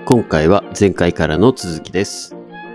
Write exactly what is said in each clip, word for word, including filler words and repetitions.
今回は前回からの続きです。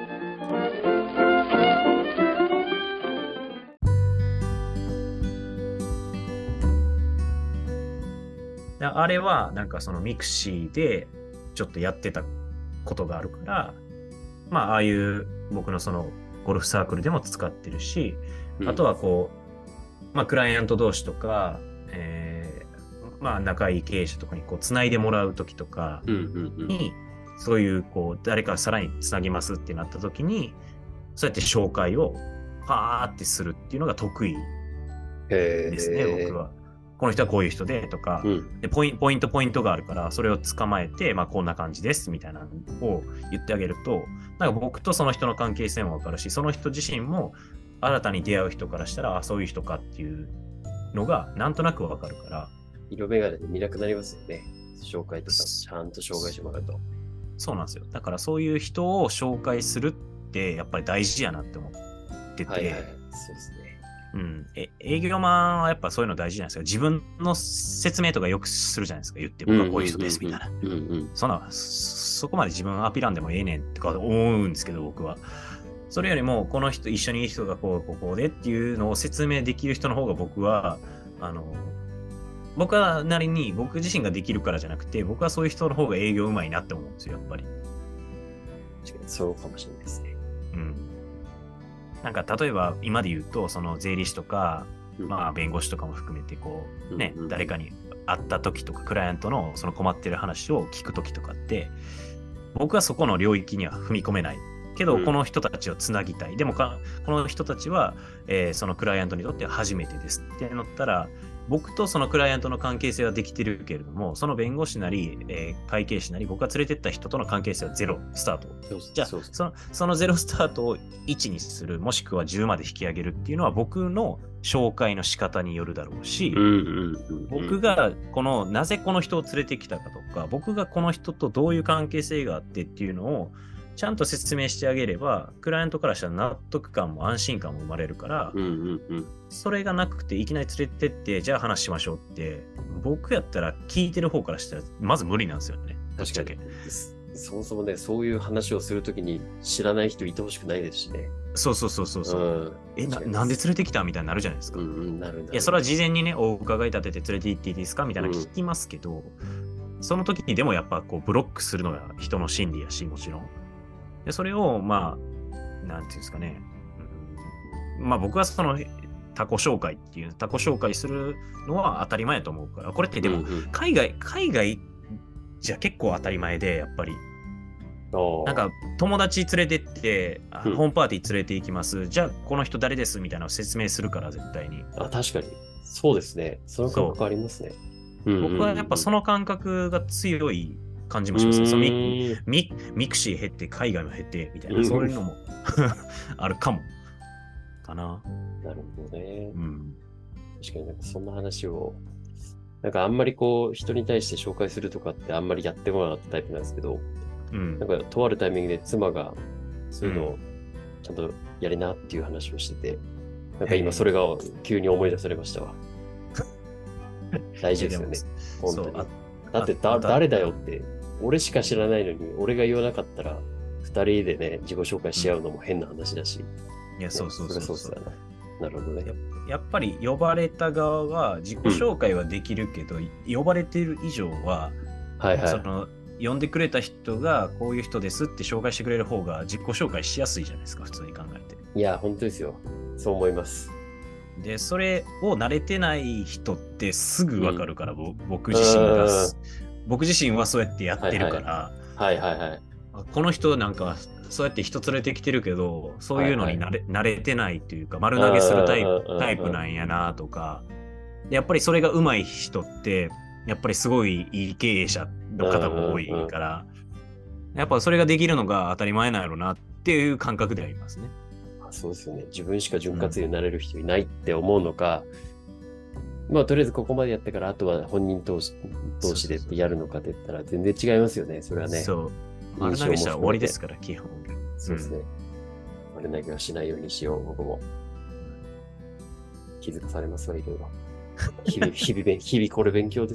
あれはなんかそのミクシーでちょっとやってたことがあるから、まあああいう僕のそのゴルフサークルでも使ってるし、あとはこう、まあクライアント同士とか、えー、まあ仲いい経営者とかにこう繋いでもらうときとかに、そういうこう誰かさらに繋ぎますってなったときに、そうやって紹介をパーってするっていうのが得意ですね、僕は。この人はこういう人でとか、うん、でポイン、ポイントポイントがあるから、それを捕まえて、まあこんな感じですみたいなのを言ってあげると、なんか僕とその人の関係性もわかるし、その人自身も新たに出会う人からしたら、あ、そういう人かっていうのがなんとなくわかるから。 色眼鏡で見なくなりますよね。紹介とかちゃんと紹介してもらうと。 そうなんですよ。だからそういう人を紹介するってやっぱり大事やなって思ってて。 はいはい、そうですね。 うん、え営業マンはやっぱそういうの大事じゃないですか。自分の説明とかよくするじゃないですか。言って僕はこういう人ですみたいな。そんなそこまで自分アピらんでもええねんとか思うんですけど、僕は。それよりもこの人一緒にいる人がこうこうこうでっていうのを説明できる人の方が僕はあの僕はなりに僕自身ができるからじゃなくて、僕はそういう人の方が営業うまいなって思うんですよ、やっぱり。 確かにそうかもしれないですね。 うん。なんか例えば今で言うとその税理士とか、うん、まあ弁護士とかも含めてこうね、うんうん、誰かに会った時とかクライアントのその困ってる話を聞く時とかって僕はそこの領域には踏み込めないけど、うん、この人たちをつなぎたいでもかこの人たちは、えー、そのクライアントにとっては初めてですってなったら僕とそのクライアントの関係性はできてるけれども、その弁護士なり、えー、会計士なり、僕が連れてった人との関係性はゼロスタート。じゃあ、その、そのゼロスタートをいちにする、もしくはじゅうまで引き上げるっていうのは僕の紹介の仕方によるだろうし、うんうんうんうん、僕がこの、なぜこの人を連れてきたかとか、僕がこの人とどういう関係性があってっていうのを、ちゃんと説明してあげれば、クライアントからしたら納得感も安心感も生まれるから、うんうんうん、それがなくていきなり連れてって、じゃあ話しましょうって、僕やったら聞いてる方からしたら、まず無理なんですよね。 確かに。そもそもね、そういう話をするときに知らない人いてほしくないですしね。 そうそうそうそうそう、うん。えな、なんで連れてきたみたいになるじゃないですか。 うんうん、なるなる。 いや、それは事前にね、お伺い立てて連れて行っていいですかみたいな聞きますけど、うん、その時にでもやっぱこうブロックするのが人の心理やし、もちろん。でそれを、まあ、なんていうんですかね。うん、まあ僕はその他己紹介っていう、他己紹介するのは当たり前だと思うから、これってでも海外、うんうん、海外じゃ結構当たり前で、やっぱり。なんか友達連れてって、うん、ホームパーティー連れて行きます。じゃあこの人誰ですみたいなのを説明するから絶対に。 あ、確かに。そうですね。その感覚ありますね。 僕はやっぱその感覚が強い感じもしますね。そのミミミクシー減って海外も減ってみたいな、そういうのもあるかも。かな。 なるほどね。うん、確かになんかそんな話を、なんかあんまりこう人に対して紹介するとかってあんまりやってこなかったタイプなんですけど、うん、なんかとあるタイミングで妻がそういうのをちゃんとやりなっていう話をしてて、うん、なんか今それが急に思い出されましたわ。大事ですよね。本当に。だってだ誰だよって、俺しか知らないのに、俺が言わなかったら、二人でね、自己紹介し合うのも変な話だし。 うん、いや、そうそうそうそう。 そうだな。なるほどねや。やっぱり呼ばれた側は自己紹介はできるけど、うん、呼ばれている以上は、はいはい、その呼んでくれた人がこういう人ですって紹介してくれる方が自己紹介しやすいじゃないですか、普通に考えて。 いや、本当ですよ。そう思います。 で、それを慣れてない人ってすぐ分かるから、うん、僕自身が、僕自身はそうやってやってるから、 はいはい、はいはいはい。この人なんかそうやって人連れてきてるけど、そういうのに慣れ、はいはい、慣れてないというか、丸投げするタイプ、タイプなんやなとか、やっぱりそれが上手い人って、やっぱりすごいいい経営者の方も多いから、やっぱそれができるのが当たり前なんやろうなっていう感覚でありますね。 そうですよね。自分しか潤滑油になれる人いないって思うのか、うん、まあとりあえずここまでやったからあとは本人同士同士でってやるのかって言ったら全然違いますよね。それはね。 そう。丸投げしたら終わりですから、基本。 そうですね。丸投げはしないようにしよう、僕も。気づかされますわ、いろいろ。日々、日々、日々これ勉強ですね。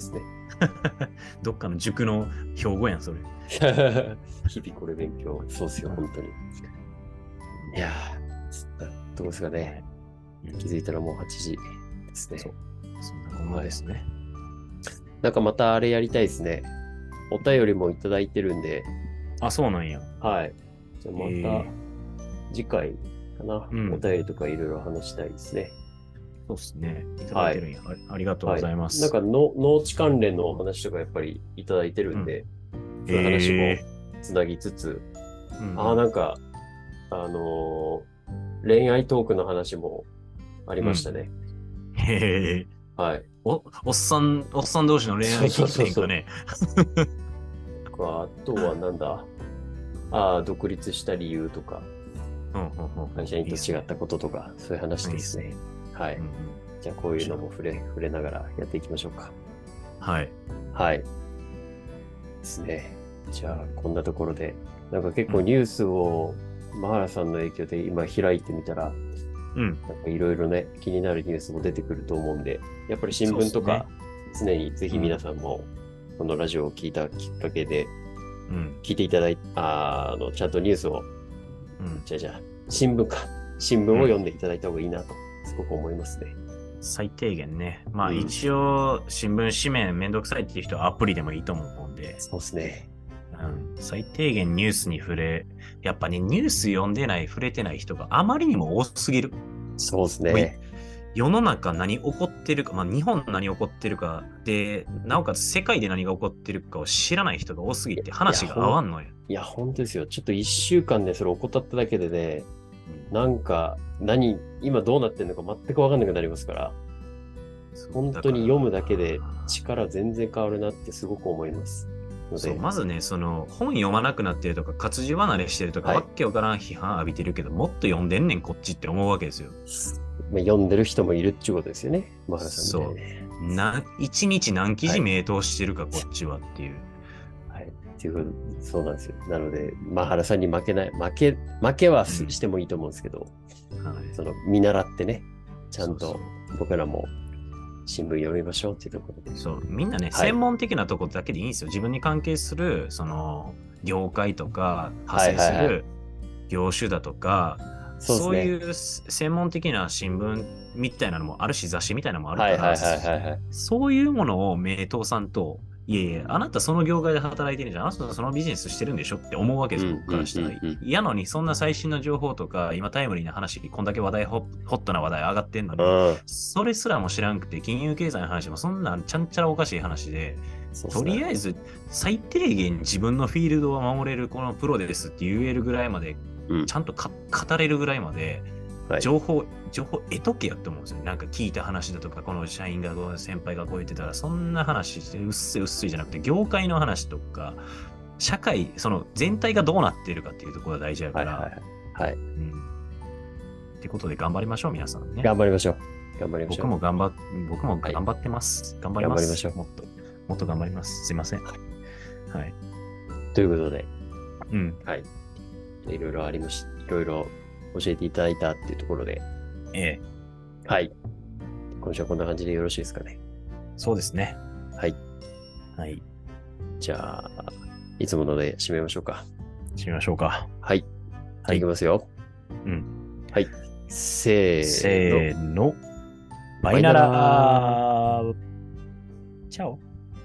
どっかの塾の標語やん、それ。 日々これ勉強。そうっすよ、本当に。いやー、どうですかね。気づいたらもうはちじですね。 そう。そんなこんなですね。 なんかまたあれやりたいですね。お便りもいただいてるんで。 あ、そうなんや。 はい。じゃあまた次回かな。 うん、 お便りとかいろいろ話したいですね。 そうですね。いただいてるんや、はいあ。ありがとうございます。 はい、なんかの農地関連のお話とかやっぱりいただいてるんで、うん、そういう話もつなぎつつ、えー、ああ、なんか、あのー、恋愛トークの話もありましたね。 うん、へえ。 はい。 お、おっさん、おっさん同士の恋愛聞きたいんかね。 あとはなんだああ、独立した理由とか、 うんうんうん、 会社員と違ったこととか、いいね、そういう話ですね。いいですね。はい、うんうん。じゃあこういうのも触れ、触れながらやっていきましょうか。 はい。 はい。ですね。じゃあこんなところで、なんか結構ニュースを、マハラさんの影響で今開いてみたら、 うん、 なんかいろいろね、気になるニュースも出てくると思うんで、やっぱり新聞とか、常にぜひ皆さんも、このラジオを聞いたきっかけで、うん、聞いていただいて、あの、ちゃんとニュースを、うん、じゃあじゃあ、新聞か、新聞を読んでいただいた方がいいなと、すごく思いますね。 最低限ね。まあ一応、新聞紙面めんどくさいっていう人はアプリでもいいと思うんで。 そうですね。 うん、最低限ニュースに触れ、やっぱね、ニュース読んでない、触れてない人があまりにも多すぎる。 そうですね。 世の中何起こってるか、まあ日本何起こってるかで、なおかつ世界で何が起こってるかを知らない人が多すぎて話が合わんのよ。 いや、ほんとですよ。ちょっと一週間でそれ怠っただけでね、うん、なんか、何、今どうなってるのか全くわかんなくなりますから、本当に読むだけで力全然変わるなってすごく思います。 そうまずね、その本読まなくなってるとか活字離れしてるとか、はい、わけわからん批判浴びてるけど、もっと読んでんねんこっちって思うわけですよ。 まあ、読んでる人もいるっていうことですよね、マハラさんみたいに。 そうな一日何記事名答してるか、はい、こっちはっていう。 はい、っていうことそうなんですよ。なのでマハラさんに負けない負け負けはしてもいいと思うんですけど、うんはい、その見習ってね、ちゃんと僕らも新聞読みましょうっていうところで。 そう、みんなね、はい、専門的なところだけでいいんですよ。自分に関係する、その、業界とか、派生する業種だとか、そういう専門的な新聞みたいなのもあるし、雑誌みたいなのもあるから、そういうものを名刀さんと、いやいや、あなたその業界で働いてるじゃん。あなたそのビジネスしてるんでしょって思うわけですよ、僕からしたら。やのに、そんな最新の情報とか、今タイムリーな話、こんだけ話題ホ、ホットな話題上がってんのに、それすらも知らんくて、金融経済の話もそんなちゃんちゃらおかしい話で、とりあえず最低限自分のフィールドを守れるこのプロですって言えるぐらいまで、ちゃんとか語れるぐらいまで、情報、はい、情報得とけよって思うんですよ。なんか聞いた話だとか、この社員が、先輩がこう言ってたら、そんな話して、うっすいうっすいじゃなくて、業界の話とか、社会、その全体がどうなっているかっていうところが大事だから。はい、はいはいうん。ってことで頑張りましょう、皆さんね。 頑張りましょう。頑張りましょう。 僕も頑張っ、僕も頑張ってます。はい、頑張ります。 頑張りましょう。 もっと、もっと頑張ります。すいません。はい。 ということで、 うん。 はい。いろいろありまし、いろいろ教えていただいたっていうところで、 ええ。 はい。今週はこんな感じでよろしいですかね。 そうですね。 はい。 はい。 じゃあ、いつもので締めましょうか。 締めましょうか。 はい。はい。いきますよ。 うん。 はい。せーの。 せーの。バイナラー。チャオ。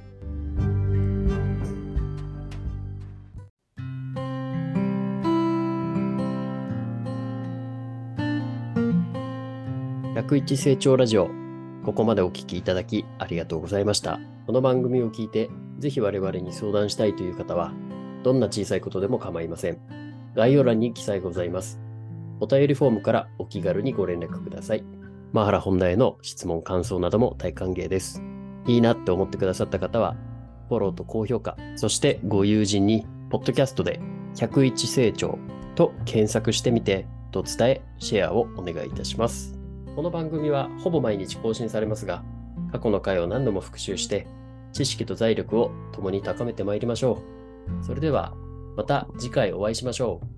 ひゃくいち成長ラジオ。ここまでお聞きいただきありがとうございました。この番組を聞いて、ぜひ我々に相談したいという方は、どんな小さいことでも構いません。概要欄に記載ございます。お便りフォームからお気軽にご連絡ください。マハラ本題への質問、感想なども大歓迎です。いいなって思ってくださった方は、フォローと高評価、そしてご友人に、ポッドキャストでひゃくいち成長と検索してみて、と伝え、シェアをお願いいたします。この番組はほぼ毎日更新されますが、過去の回を何度も復習して、知識と財力を共に高めてまいりましょう。それでは、また次回お会いしましょう。